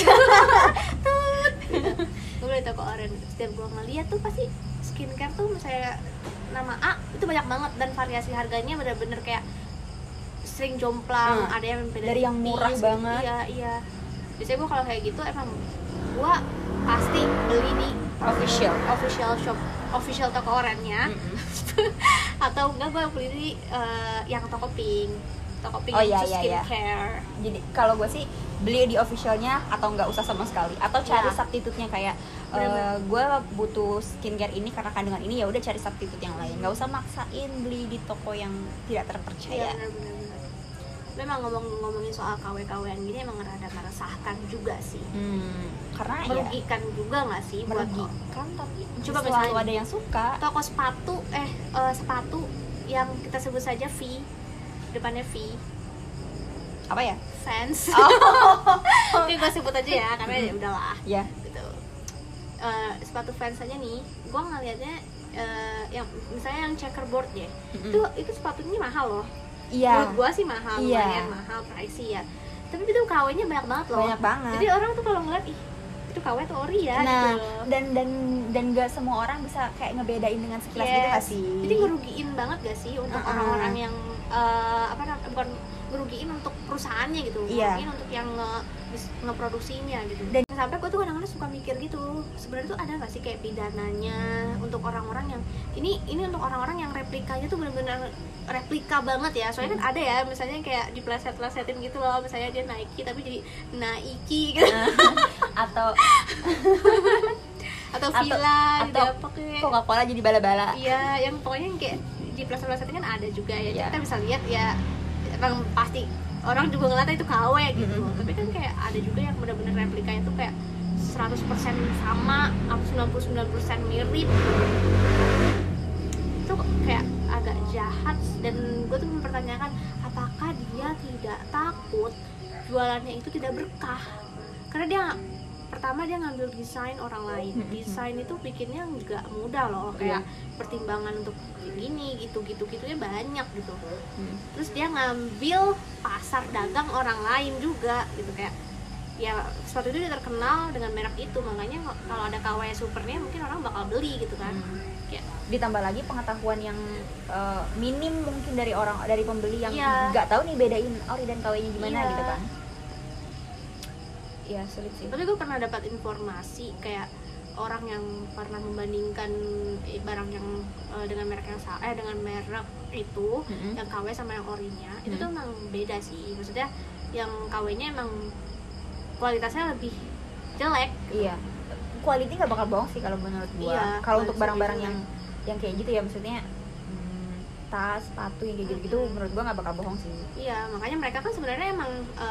Gue beli di toko Oren, setiap gue ngeliat tuh pasti skincare tuh misalnya nama A itu banyak banget, dan variasi harganya bener-bener kayak sering jomplang, ada yang beda Dari yang murah tipis, banget. Iya. Biasanya gue kalau kayak gitu emang gue pasti beli di official shop, official toko Orennya. Atau enggak gue beli di yang toko Pink Oh, iya, itu iya. skincare. Jadi kalau gue sih beli di officialnya atau nggak usah sama sekali, atau cari Iya. substitute-nya kayak Bener-bener. gue butuh skincare ini karena kandungan ini, ya udah cari substitute yang lain, nggak usah maksain beli di toko yang tidak Iya, terpercaya. benar. Memang ngomongin soal KW-KW-an gini emang rada meresahkan juga sih. Karena ya Merugikan juga nggak sih buat merugikan, tapi Coba selalu misalnya ada yang suka. toko sepatu yang kita sebut saja V, depannya V, Apa ya? Vans. Oh. Ini gue sebut aja ya, karena ya udahlah Ya. gitu. Sepatu Vans aja nih, gue ngelihatnya yang misalnya yang checkerboard ya, itu sepatunya mahal loh. Iya. Menurut gue sih mahal, Iya. lumayan mahal, pricey ya. Tapi itu KW-nya banyak banget loh. Banyak banget. Jadi orang tuh kalau ngeliat, ih itu KW atau ori ya Nah, gitu loh. dan gak semua orang bisa kayak ngebedain dengan sekilas gitu gak sih? Jadi ngerugiin banget gak sih untuk orang-orang yang bukan ngerugiin untuk perusahaannya gitu, Iya. ngerugiin untuk yang ngeproduksinya gitu. Dan sampai gue tuh kadang-kadang suka mikir gitu, sebenarnya tuh ada nggak sih kayak pidananya untuk orang-orang yang ini untuk orang-orang yang replikanya tuh benar-benar replika banget ya. Soalnya kan ada ya, misalnya kayak dipleset-plesetin gitu loh, misalnya dia Nike tapi jadi Nike gitu. atau Villa atau pakai Coca-Cola jadi bala-bala. iya, yang pokoknya yang kayak di pleset-plesetin kan ada juga ya. Iya. Kita bisa lihat ya, emang pasti orang juga ngeliatnya itu KW gitu. Tapi kan kayak ada juga yang benar-benar replikanya tuh kayak 100% sama atau 99% mirip. Itu kayak agak jahat, dan gue tuh mempertanyakan apakah dia tidak takut jualannya itu tidak berkah, karena dia pertama dia ngambil desain orang lain. Desain itu bikinnya nggak mudah loh, kayak pertimbangan untuk gini gitu-gitunya banyak gitu. Terus dia ngambil pasar dagang orang lain juga gitu, kayak ya sepatu itu dia terkenal dengan merek itu, makanya kalau ada KW supernya mungkin orang bakal beli gitu kan. Kayak Ditambah lagi pengetahuan yang minim mungkin dari pembeli yang Iya. nggak tahu nih bedain ori dan KW-nya gimana Iya. gitu kan. Iya, sulit sih. tapi gue pernah dapat informasi kayak orang yang pernah membandingkan barang yang dengan merek yang dengan merek itu yang KW sama yang orinya itu tuh emang beda sih. Maksudnya yang KW-nya emang kualitasnya lebih jelek. Iya, quality nggak bakal bohong sih kalau menurut gua. Iya, kalau untuk barang-barang yang kayak gitu ya, maksudnya tas, sepatu yang kayak gitu-gitu menurut gua nggak bakal bohong sih. Iya, makanya mereka kan sebenarnya emang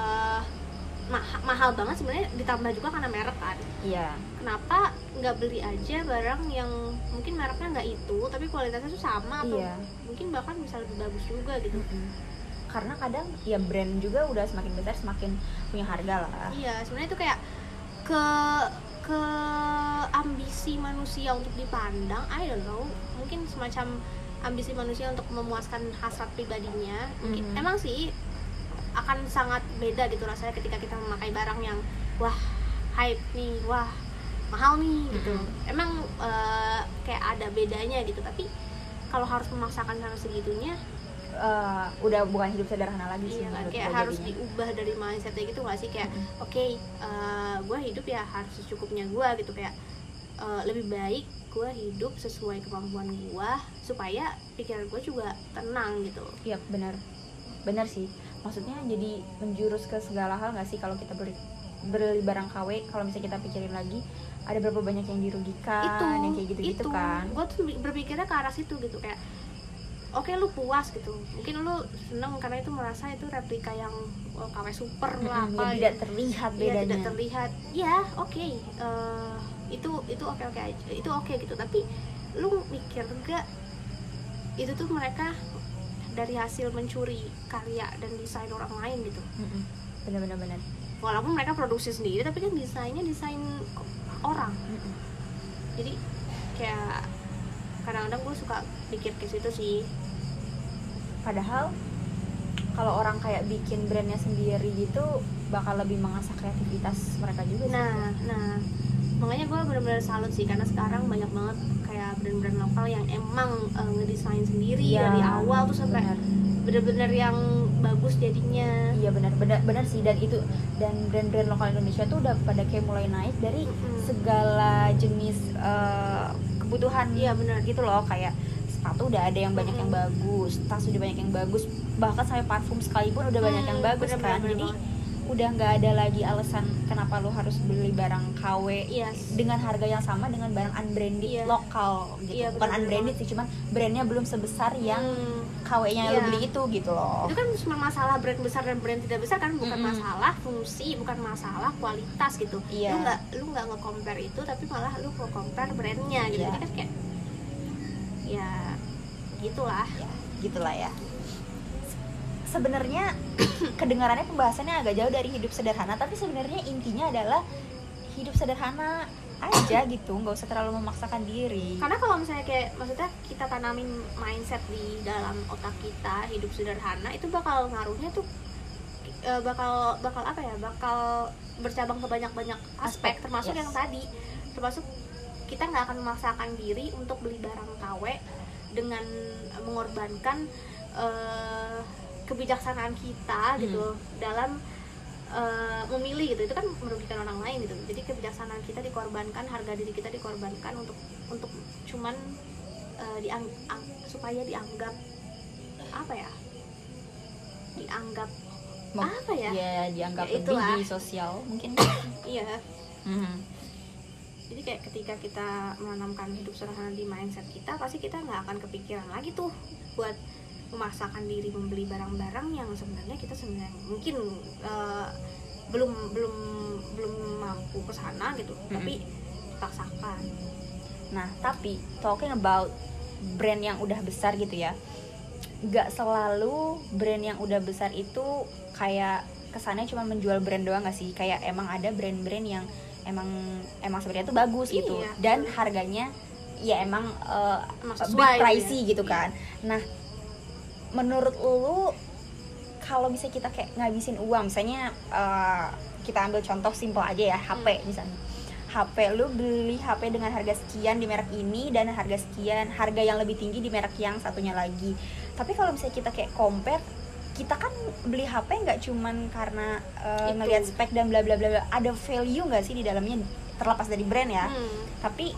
mahal banget sebenarnya, ditambah juga karena merek kan. Iya. Kenapa nggak beli aja barang yang mungkin mereknya nggak itu tapi kualitasnya tuh sama atau mungkin bahkan bisa lebih bagus juga gitu. Karena kadang ya brand juga udah semakin besar semakin punya harga lah. Iya, sebenarnya itu kayak ke ambisi manusia untuk dipandang, I don't know, mungkin semacam ambisi manusia untuk memuaskan hasrat pribadinya. Mungkin emang sih akan sangat beda gitu rasanya ketika kita memakai barang yang wah hype nih, wah mahal nih gitu. Emang kayak ada bedanya gitu, tapi kalau harus memaksakan sampai segitunya udah bukan hidup sederhana lagi sih. Iya kan, kayak harus diubah dari mindsetnya gitu nggak sih, kayak gue hidup ya harus secukupnya gue gitu, kayak lebih baik gue hidup sesuai kemampuan gue supaya pikiran gue juga tenang gitu. Iya benar sih, maksudnya jadi menjurus ke segala hal nggak sih kalau kita beli barang KW. Kalau misalnya kita pikirin lagi ada berapa banyak yang dirugikan itu, yang kayak gitu kan. Gue tuh berpikirnya ke arah situ gitu, kayak oke, lu puas gitu, mungkin lu seneng karena itu merasa itu replika yang KW super lah apa tidak terlihat bedanya. Tidak terlihat ya, oke. Itu oke aja, itu oke gitu, tapi lu mikir enggak itu tuh mereka dari hasil mencuri karya dan desain orang lain gitu. Benar. Walaupun mereka produksi sendiri tapi kan desainnya desain orang. Jadi kayak kadang-kadang gue suka pikir ke situ sih. Padahal kalau orang kayak bikin brandnya sendiri gitu bakal lebih mengasah kreativitas mereka juga sih. Nah makanya gue benar-benar salut sih, karena sekarang banyak banget kayak brand-brand lokal yang emang ngedesain sendiri dari awal tuh sampai benar-benar yang bagus jadinya. Iya benar sih, dan brand-brand lokal Indonesia tuh udah pada kayak mulai naik dari segala jenis kebutuhan. Iya benar gitu loh, kayak sepatu udah ada yang banyak yang bagus, tas udah banyak yang bagus, bahkan sampai parfum sekalipun udah banyak yang bagus kan. Jadi udah nggak ada lagi alasan kenapa lo harus beli barang KW dengan harga yang sama dengan barang unbranded lokal gitu. Bukan unbranded sih, cuman brandnya belum sebesar yang KW-nya lo beli itu gitu loh. Itu kan cuma masalah brand besar dan brand tidak besar kan, bukan masalah fungsi, bukan masalah kualitas gitu. Lu nggak nge-compare itu, tapi malah lu nge-compare brandnya gitu. Jadi kan kayak ya gitulah ya. Sebenarnya kedengarannya pembahasannya agak jauh dari hidup sederhana, tapi sebenarnya intinya adalah hidup sederhana aja gitu, nggak usah terlalu memaksakan diri. Karena kalau misalnya kayak maksudnya kita tanamin mindset di dalam otak kita hidup sederhana, itu bakal ngaruhnya tuh bakal apa ya, bakal bercabang ke banyak aspek termasuk yang tadi, termasuk kita nggak akan memaksakan diri untuk beli barang KW dengan mengorbankan kebijaksanaan kita gitu dalam memilih gitu. Itu kan merugikan orang lain gitu. Jadi kebijaksanaan kita dikorbankan, harga diri kita dikorbankan untuk cuman supaya dianggap apa ya? Dianggap apa ya? Ya dianggap ya, lebih di sosial mungkin. Iya. Jadi kayak ketika kita menanamkan hidup sederhana di mindset kita, pasti kita nggak akan kepikiran lagi tuh buat memaksakan diri membeli barang-barang yang sebenarnya kita mungkin belum mampu ke sana gitu, tapi dipaksakan. Nah, tapi talking about brand yang udah besar gitu ya, nggak selalu brand yang udah besar itu kayak kesannya cuma menjual brand doang nggak sih? Kayak emang ada brand-brand yang emang sebenarnya itu bagus gitu, dan harganya ya emang big pricey gitu kan. Nah, menurut lu kalau misalnya kita kayak ngabisin uang, misalnya kita ambil contoh simpel aja ya, HP misalnya. HP lu beli HP dengan harga sekian di merek ini dan harga sekian, harga yang lebih tinggi di merek yang satunya lagi. Tapi kalau misalnya kita kayak compare, kita kan beli HP nggak cuman karena ngelihat spek dan bla bla bla, ada value nggak sih di dalamnya? terlepas dari brand ya. Tapi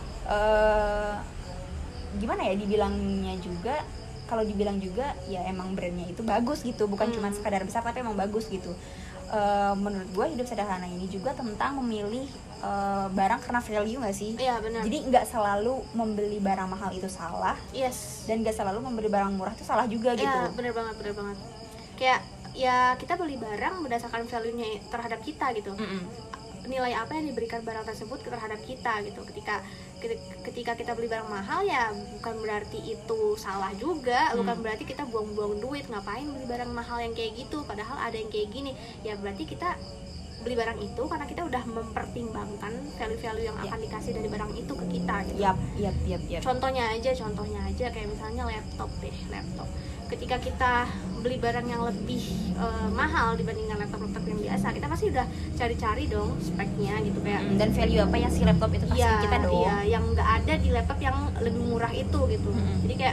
gimana ya dibilangnya juga, kalau dibilang juga ya emang brandnya itu bagus gitu, bukan cuma sekadar besar tapi emang bagus gitu. Menurut gue hidup sederhana ini juga tentang memilih barang karena value nggak sih? Iya benar. Jadi nggak selalu membeli barang mahal itu salah, dan nggak selalu membeli barang murah itu salah juga gitu. Iya benar banget. Kayak ya kita beli barang berdasarkan value-nya terhadap kita gitu. Nilai apa yang diberikan barang tersebut terhadap kita gitu. Ketika kita beli barang mahal ya bukan berarti itu salah juga, bukan berarti kita buang-buang duit, ngapain beli barang mahal yang kayak gitu padahal ada yang kayak gini. Ya berarti kita beli barang itu karena kita udah mempertimbangkan value-value yang akan dikasih dari barang itu ke kita gitu. Yap. Contohnya aja kayak misalnya laptop. Ketika kita beli barang yang lebih mahal dibandingkan laptop yang biasa, kita pasti udah cari-cari dong speknya gitu kayak dan value apa yang si laptop itu kasih kita dong. Iya, yang nggak ada di laptop yang lebih murah itu gitu. Jadi kayak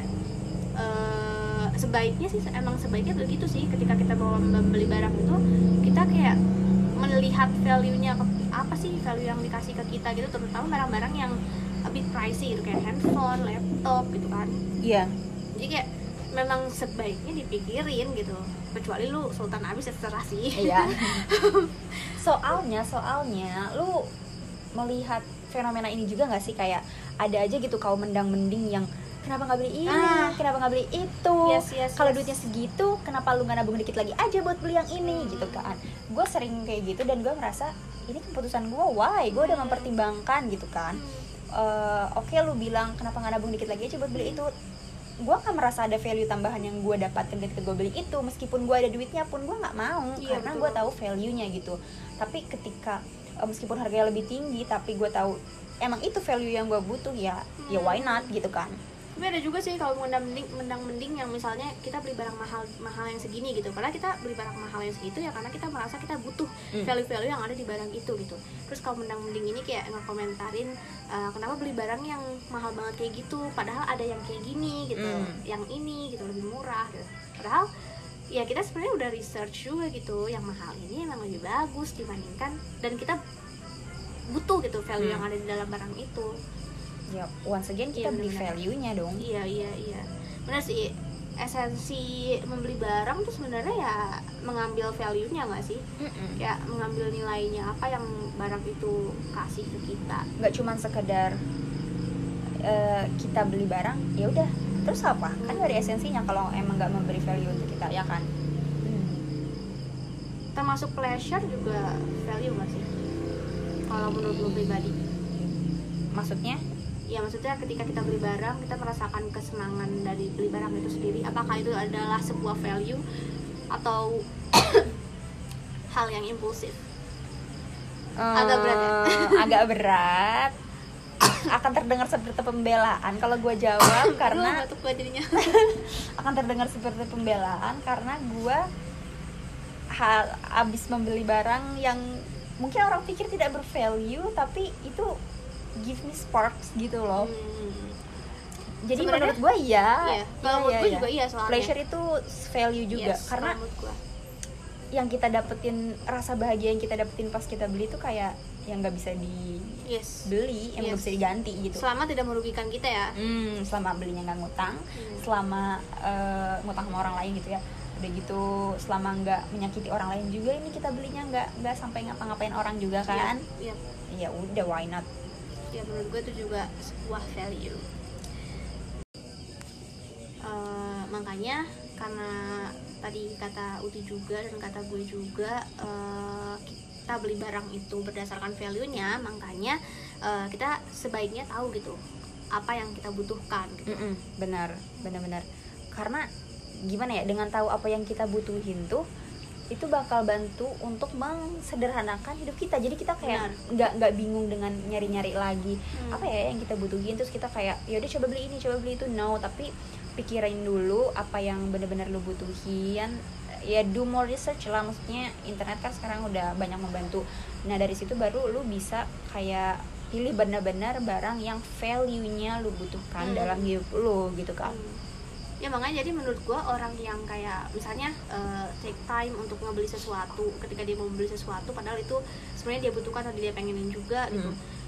sebaiknya begitu sih, ketika kita mau membeli barang itu kita kayak melihat value-nya apa sih, value yang dikasih ke kita gitu, terutama barang-barang yang a bit pricey gitu kayak handphone, laptop gitu kan. Iya. Jadi kayak memang sebaiknya dipikirin gitu, kecuali lu sultan abis ya terserah sih. Iya. soalnya lu melihat fenomena ini juga nggak sih, kayak ada aja gitu kaum mendang-mending yang kenapa nggak beli ini, kenapa nggak beli itu, kalau duitnya segitu kenapa lu nggak nabung dikit lagi aja buat beli yang ini gitu kan. Gue sering kayak gitu dan gue merasa ini keputusan gue, why gue udah mempertimbangkan gitu kan. Oke, lu bilang kenapa nggak nabung dikit lagi aja buat beli itu, gue akan merasa ada value tambahan yang gue dapatkan ketika gue beli itu, meskipun gue ada duitnya pun gue nggak mau, karena gue tahu value-nya gitu. Tapi ketika meskipun harganya lebih tinggi tapi gue tahu emang itu value yang gue butuh, ya why not gitu kan. Tapi ada juga sih kalau mendang-mending yang misalnya kita beli barang mahal yang segini gitu, padahal kita beli barang mahal yang segitu ya karena kita merasa kita butuh value-value yang ada di barang itu gitu. Terus kalau mendang-mending ini kayak ngekomentarin kenapa beli barang yang mahal banget kayak gitu, padahal ada yang kayak gini gitu, yang ini gitu lebih murah gitu. Padahal ya kita sebenarnya udah research juga gitu, yang mahal ini emang lebih bagus dibandingkan, dan kita butuh gitu value yang ada di dalam barang itu. Ya, once again kita beli value-nya dong. Iya. Benar sih, esensi membeli barang tuh sebenarnya ya mengambil value-nya nggak sih? Ya mengambil nilainya apa yang barang itu kasih ke kita. Nggak cuma sekedar kita beli barang, ya udah. Terus apa? Kan dari esensinya kalau emang nggak memberi value untuk kita, ya kan? Termasuk pleasure juga value nggak sih? Kalau menurut lo pribadi? Maksudnya? Ya maksudnya ketika kita beli barang, kita merasakan kesenangan dari beli barang itu sendiri. Apakah itu adalah sebuah value atau hal yang impulsif? Agak berat ya? Agak berat. Akan terdengar seperti pembelaan kalau gue jawab karena akan terdengar seperti pembelaan karena gue habis membeli barang yang mungkin orang pikir tidak bervalue, tapi itu give me sparks gitu loh. Jadi sebenarnya, menurut gue kalau menurut gue juga iya soalnya. Pleasure itu value juga, karena yang kita dapetin, rasa bahagia yang kita dapetin pas kita beli itu kayak yang nggak bisa dibeli, yang nggak bisa diganti gitu. Selama tidak merugikan kita ya. Selama belinya nggak ngutang, selama ngutang sama orang lain gitu ya. Udah gitu selama nggak menyakiti orang lain juga, ini kita belinya nggak sampai ngapa-ngapain orang juga kan. Ya udah, why not. Ya menurut gue itu juga sebuah value. Makanya karena tadi kata Uti juga dan kata gue juga, kita beli barang itu berdasarkan value-nya, makanya kita sebaiknya tahu gitu apa yang kita butuhkan gitu. Benar. Karena gimana ya, dengan tahu apa yang kita butuhin tuh itu bakal bantu untuk mensederhanakan hidup kita. Jadi kita kayak nggak bingung dengan nyari-nyari lagi apa ya yang kita butuhin, terus kita kayak ya udah coba beli ini, coba beli itu. No, tapi pikirin dulu apa yang benar-benar lu butuhin. Ya do more research lah, maksudnya internet kan sekarang udah banyak membantu. Nah dari situ baru lu bisa kayak pilih benar-benar barang yang value-nya lu butuhkan dalam hidup lu gitu kan. Ya makanya jadi menurut gue orang yang kayak misalnya take time untuk ngebeli sesuatu, ketika dia mau beli sesuatu padahal itu sebenarnya dia butuhkan atau dia pengenin juga gitu,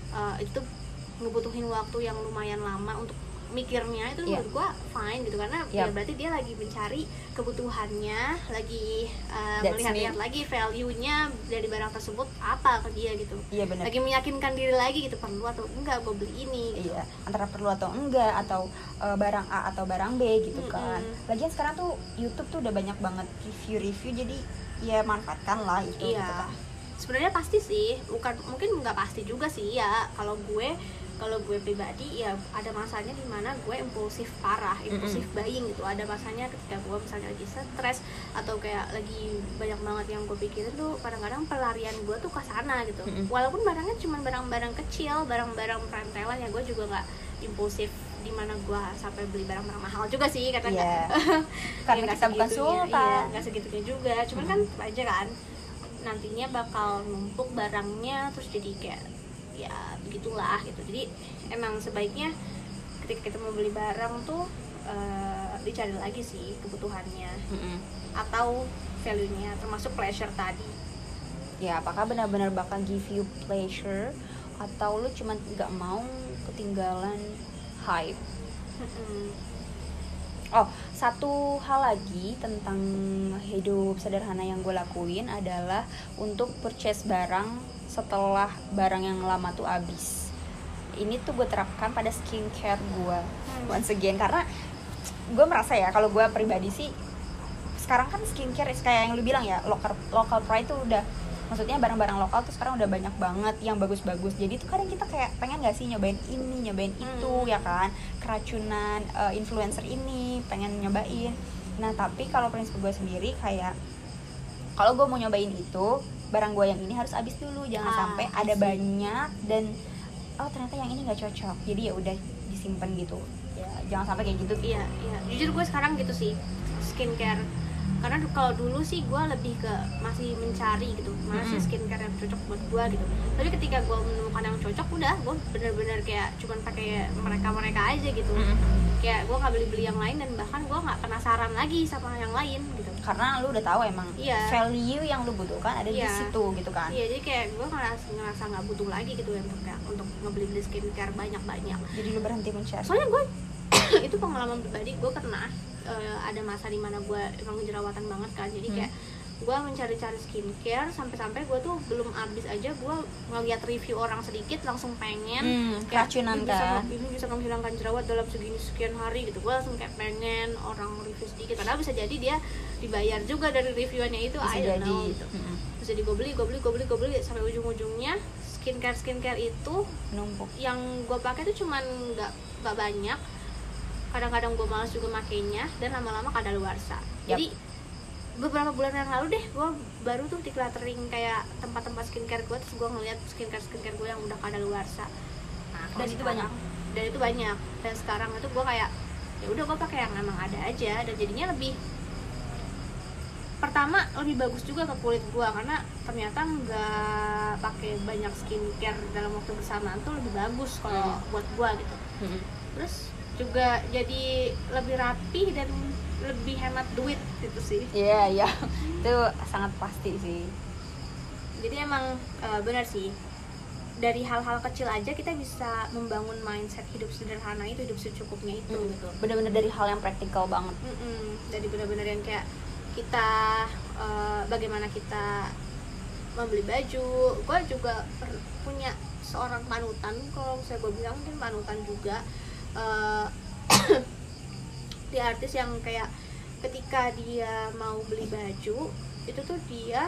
itu tuh ngebutuhin waktu yang lumayan lama untuk mikirnya, itu menurut gue fine gitu, karena ya berarti dia lagi mencari kebutuhannya, lagi melihat-lihat lagi value-nya dari barang tersebut apa ke dia gitu. Lagi meyakinkan diri lagi gitu, perlu atau enggak gue beli ini gitu. Antara perlu atau enggak, atau barang A atau barang B gitu kan. Lagian sekarang tuh YouTube tuh udah banyak banget review-review, jadi ya manfaatkan lah itu gitu kan. Sebenarnya pasti sih, mungkin nggak pasti juga sih ya. Kalau gue pribadi ya ada masanya dimana gue impulsif buying gitu. Ada masanya ketika gue misalnya lagi stres atau kayak lagi banyak banget yang gue pikirin tuh, kadang-kadang pelarian gue tuh ke sana gitu. Walaupun barangnya cuma barang-barang kecil, barang-barang perentelan, ya gue juga nggak impulsif dimana gue sampai beli barang-barang mahal juga sih, karena karena kita bukan sultan, nggak segitunya juga. Cuman kan aja kan nantinya bakal numpuk barangnya, terus jadi kayak ya begitulah gitu. Jadi emang sebaiknya ketika kita mau beli barang tuh dicari lagi sih kebutuhannya atau value-nya, termasuk pleasure tadi. Ya, apakah benar-benar bakal give you pleasure atau lu cuma nggak mau ketinggalan hype. Satu hal lagi tentang hidup sederhana yang gue lakuin adalah untuk purchase barang setelah barang yang lama tuh habis. Ini tuh gue terapkan pada skincare gue once again, karena gue merasa ya, kalau gue pribadi sih sekarang kan skincare kayak yang lu bilang ya, local pride tuh udah, maksudnya barang-barang lokal tuh sekarang udah banyak banget yang bagus-bagus. Jadi tuh kadang kita kayak pengen gak sih nyobain ini, nyobain itu, ya kan, keracunan influencer ini pengen nyobain. Nah tapi kalau prinsip gue sendiri kayak, kalau gue mau nyobain itu, barang gue yang ini harus habis dulu, jangan sampai ada banyak dan ternyata yang ini nggak cocok, jadi ya udah disimpan gitu ya, jangan sampai kayak gitu. Iya jujur gue sekarang gitu sih skincare, karena kalau dulu sih gue lebih ke masih mencari gitu mana sih skincare yang cocok buat gue gitu. Tapi ketika gue menemukan yang cocok, udah gue bener-bener kayak cuman pakai mereka aja gitu. Kayak gue nggak beli yang lain, dan bahkan gue nggak penasaran lagi sama yang lain gitu, karena lu udah tahu emang value yang lu butuhkan ada di situ gitu kan. Jadi kayak gue ngerasa nggak butuh lagi gitu untuk ngebeli skincare banyak. Jadi lu berhenti mencari. Soalnya gue itu pengalaman pribadi, gue pernah ada masa dimana gue emang jerawatan banget kan. Jadi kayak gue mencari-cari skincare sampai gue tuh belum habis aja gue ngeliat review orang sedikit langsung pengen keracunan kan, ini bisa menghilangkan jerawat dalam sekian hari gitu. Gue langsung kayak pengen orang review sedikit, padahal bisa jadi dia dibayar juga dari reviewannya itu, bisa I don't know gitu. Terus jadi gue beli sampai ujung-ujungnya skincare itu numpuk. Yang gue pakai tuh cuman nggak banyak, kadang-kadang gue malas juga makainya, dan lama-lama kadaluarsa. Jadi beberapa bulan yang lalu deh gue baru tuh decluttering kayak tempat-tempat skincare gue, terus gue ngeliat skincare gue yang udah kadaluarsa. Dan itu banyak. Dan sekarang itu gue kayak ya udah gue pakai yang emang ada aja, dan jadinya pertama lebih bagus juga ke kulit gue, karena ternyata nggak pakai banyak skincare dalam waktu bersamaan tuh lebih bagus kalau buat gue gitu. Terus juga jadi lebih rapi dan lebih hemat duit gitu sih. Iya itu sangat pasti sih. Jadi emang benar sih, dari hal-hal kecil aja kita bisa membangun mindset hidup sederhana itu, hidup secukupnya itu gitu. Benar-benar dari hal yang praktikal banget. Jadi benar-benar yang kayak kita bagaimana kita membeli baju. Gue juga punya seorang panutan, kalau saya gue bilang mungkin panutan juga. Dia artis yang kayak ketika dia mau beli baju itu tuh dia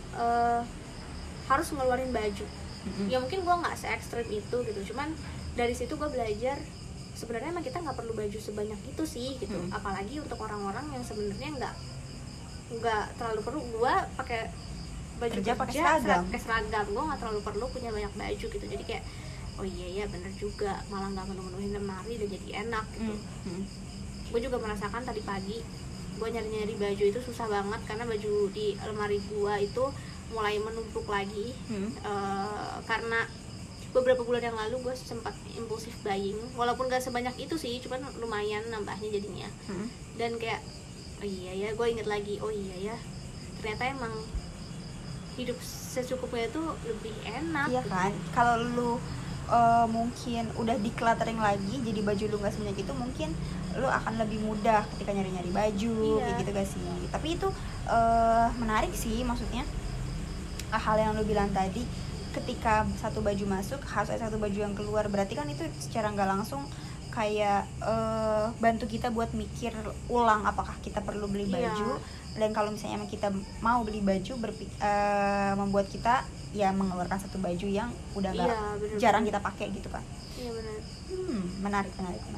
harus ngeluarin baju. Ya mungkin gue nggak se ekstrim itu gitu, cuman dari situ gue belajar sebenarnya emang kita nggak perlu baju sebanyak itu sih gitu. Apalagi untuk orang-orang yang sebenarnya nggak terlalu perlu. Gue pakai baju kerja pakai seragam, gue nggak terlalu perlu punya banyak baju gitu. Jadi kayak oh iya bener juga, malah nggak menuhin lemari dan jadi enak gitu. Gue juga merasakan tadi pagi gue nyari baju itu susah banget, karena baju di lemari gue itu mulai menumpuk lagi. Karena beberapa bulan yang lalu gue sempat impulsif buying, walaupun gak sebanyak itu sih, cuman lumayan nambahnya jadinya. Dan kayak oh iya ya, gue inget lagi, oh iya ya, ternyata emang hidup secukupnya itu lebih enak. Iya kan, kalau lu mungkin udah decluttering lagi, jadi baju lu nggak sebanyak itu, mungkin lu akan lebih mudah ketika nyari-nyari baju, kayak gitu gak sih? Tapi itu menarik sih, maksudnya hal yang lu bilang tadi, ketika satu baju masuk harus ada satu baju yang keluar, berarti kan itu secara nggak langsung kayak bantu kita buat mikir ulang apakah kita perlu beli baju. Dan kalau misalnya emang kita mau beli baju, membuat kita ya mengeluarkan satu baju yang udah nggak jarang kita pakai gitu kan. Iya benar. Menarik.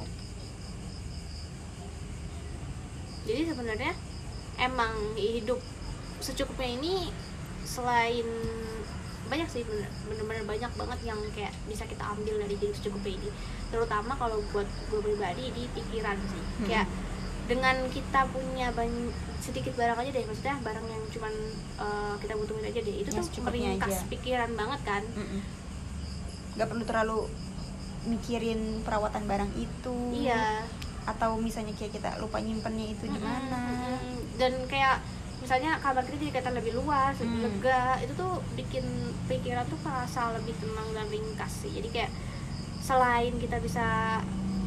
Jadi sebenarnya emang hidup secukupnya ini selain banyak sih, bener-bener banyak banget yang kayak bisa kita ambil dari hidup secukupnya ini, terutama kalau buat gue pribadi di pikiran sih. Kayak dengan kita punya sedikit barang aja deh, maksudnya barang yang cuman kita butuhin aja deh, itu tuh meringkas pikiran banget kan. Gak perlu terlalu mikirin perawatan barang itu. Iya. Atau misalnya kayak kita lupa nyimpennya itu di mana. Dan kayak misalnya kabar kita jadi kelihatan lebih luas, lebih lega, itu tuh bikin pikiran tuh merasa lebih tenang dan ringkas sih. Jadi kayak selain kita bisa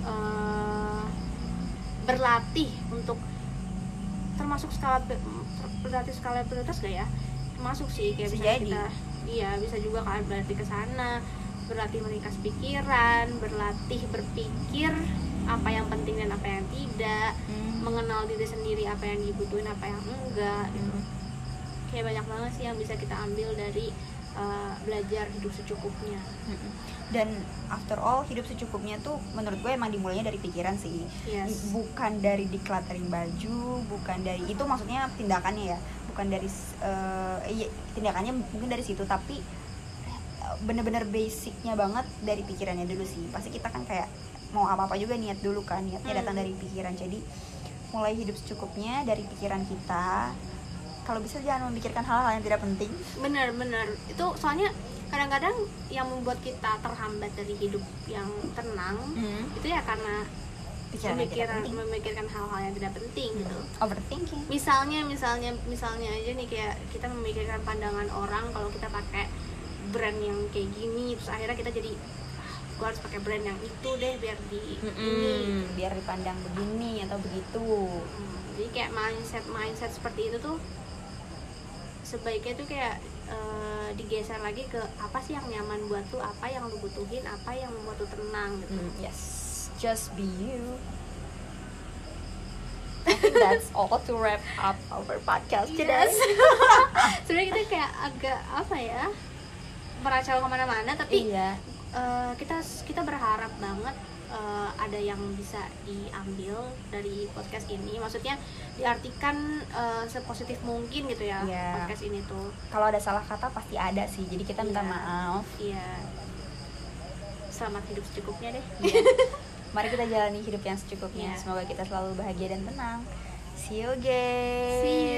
berlatih untuk termasuk berlatih skala prioritas gak ya? Termasuk sih kayak bisa kita, bisa juga kan berlatih ke sana, berlatih meringkas pikiran, berlatih berpikir apa yang penting dan apa yang tidak, mengenal diri sendiri, apa yang dibutuhin, apa yang enggak gitu. Kayak banyak banget sih yang bisa kita ambil dari belajar hidup secukupnya. Dan after all, hidup secukupnya tuh menurut gue emang dimulainya dari pikiran sih. Bukan dari decluttering baju, bukan dari itu, maksudnya tindakannya ya, bukan dari tindakannya mungkin dari situ, tapi bener-bener basicnya banget dari pikirannya dulu sih. Pasti kita kan kayak mau apa-apa juga niat dulu kan, niatnya datang dari pikiran. Jadi mulai hidup secukupnya dari pikiran kita. Kalau bisa jangan memikirkan hal-hal yang tidak penting. Benar-benar itu, soalnya kadang-kadang yang membuat kita terhambat dari hidup yang tenang itu ya karena memikirkan hal-hal yang tidak penting gitu. Overthinking. Misalnya aja nih, kayak kita memikirkan pandangan orang kalau kita pakai brand yang kayak gini, terus akhirnya kita jadi gue harus pakai brand yang itu deh biar biar dipandang begini atau begitu. Jadi kayak mindset seperti itu tuh sebaiknya tuh kayak digeser lagi ke apa sih yang nyaman buat lu, apa yang lu butuhin, apa yang membuat lu tenang gitu. Yes, just be you. I think that's all to wrap up our podcast today. Sebenarnya kita kayak agak apa ya, meracau kemana-mana, tapi kita berharap banget ada yang bisa diambil dari podcast ini. Maksudnya diartikan sepositif mungkin gitu ya, podcast ini tuh. Kalau ada salah kata pasti ada sih, jadi kita minta maaf. Selamat hidup secukupnya deh. Mari kita jalani hidup yang secukupnya. Semoga kita selalu bahagia dan tenang. See you guys.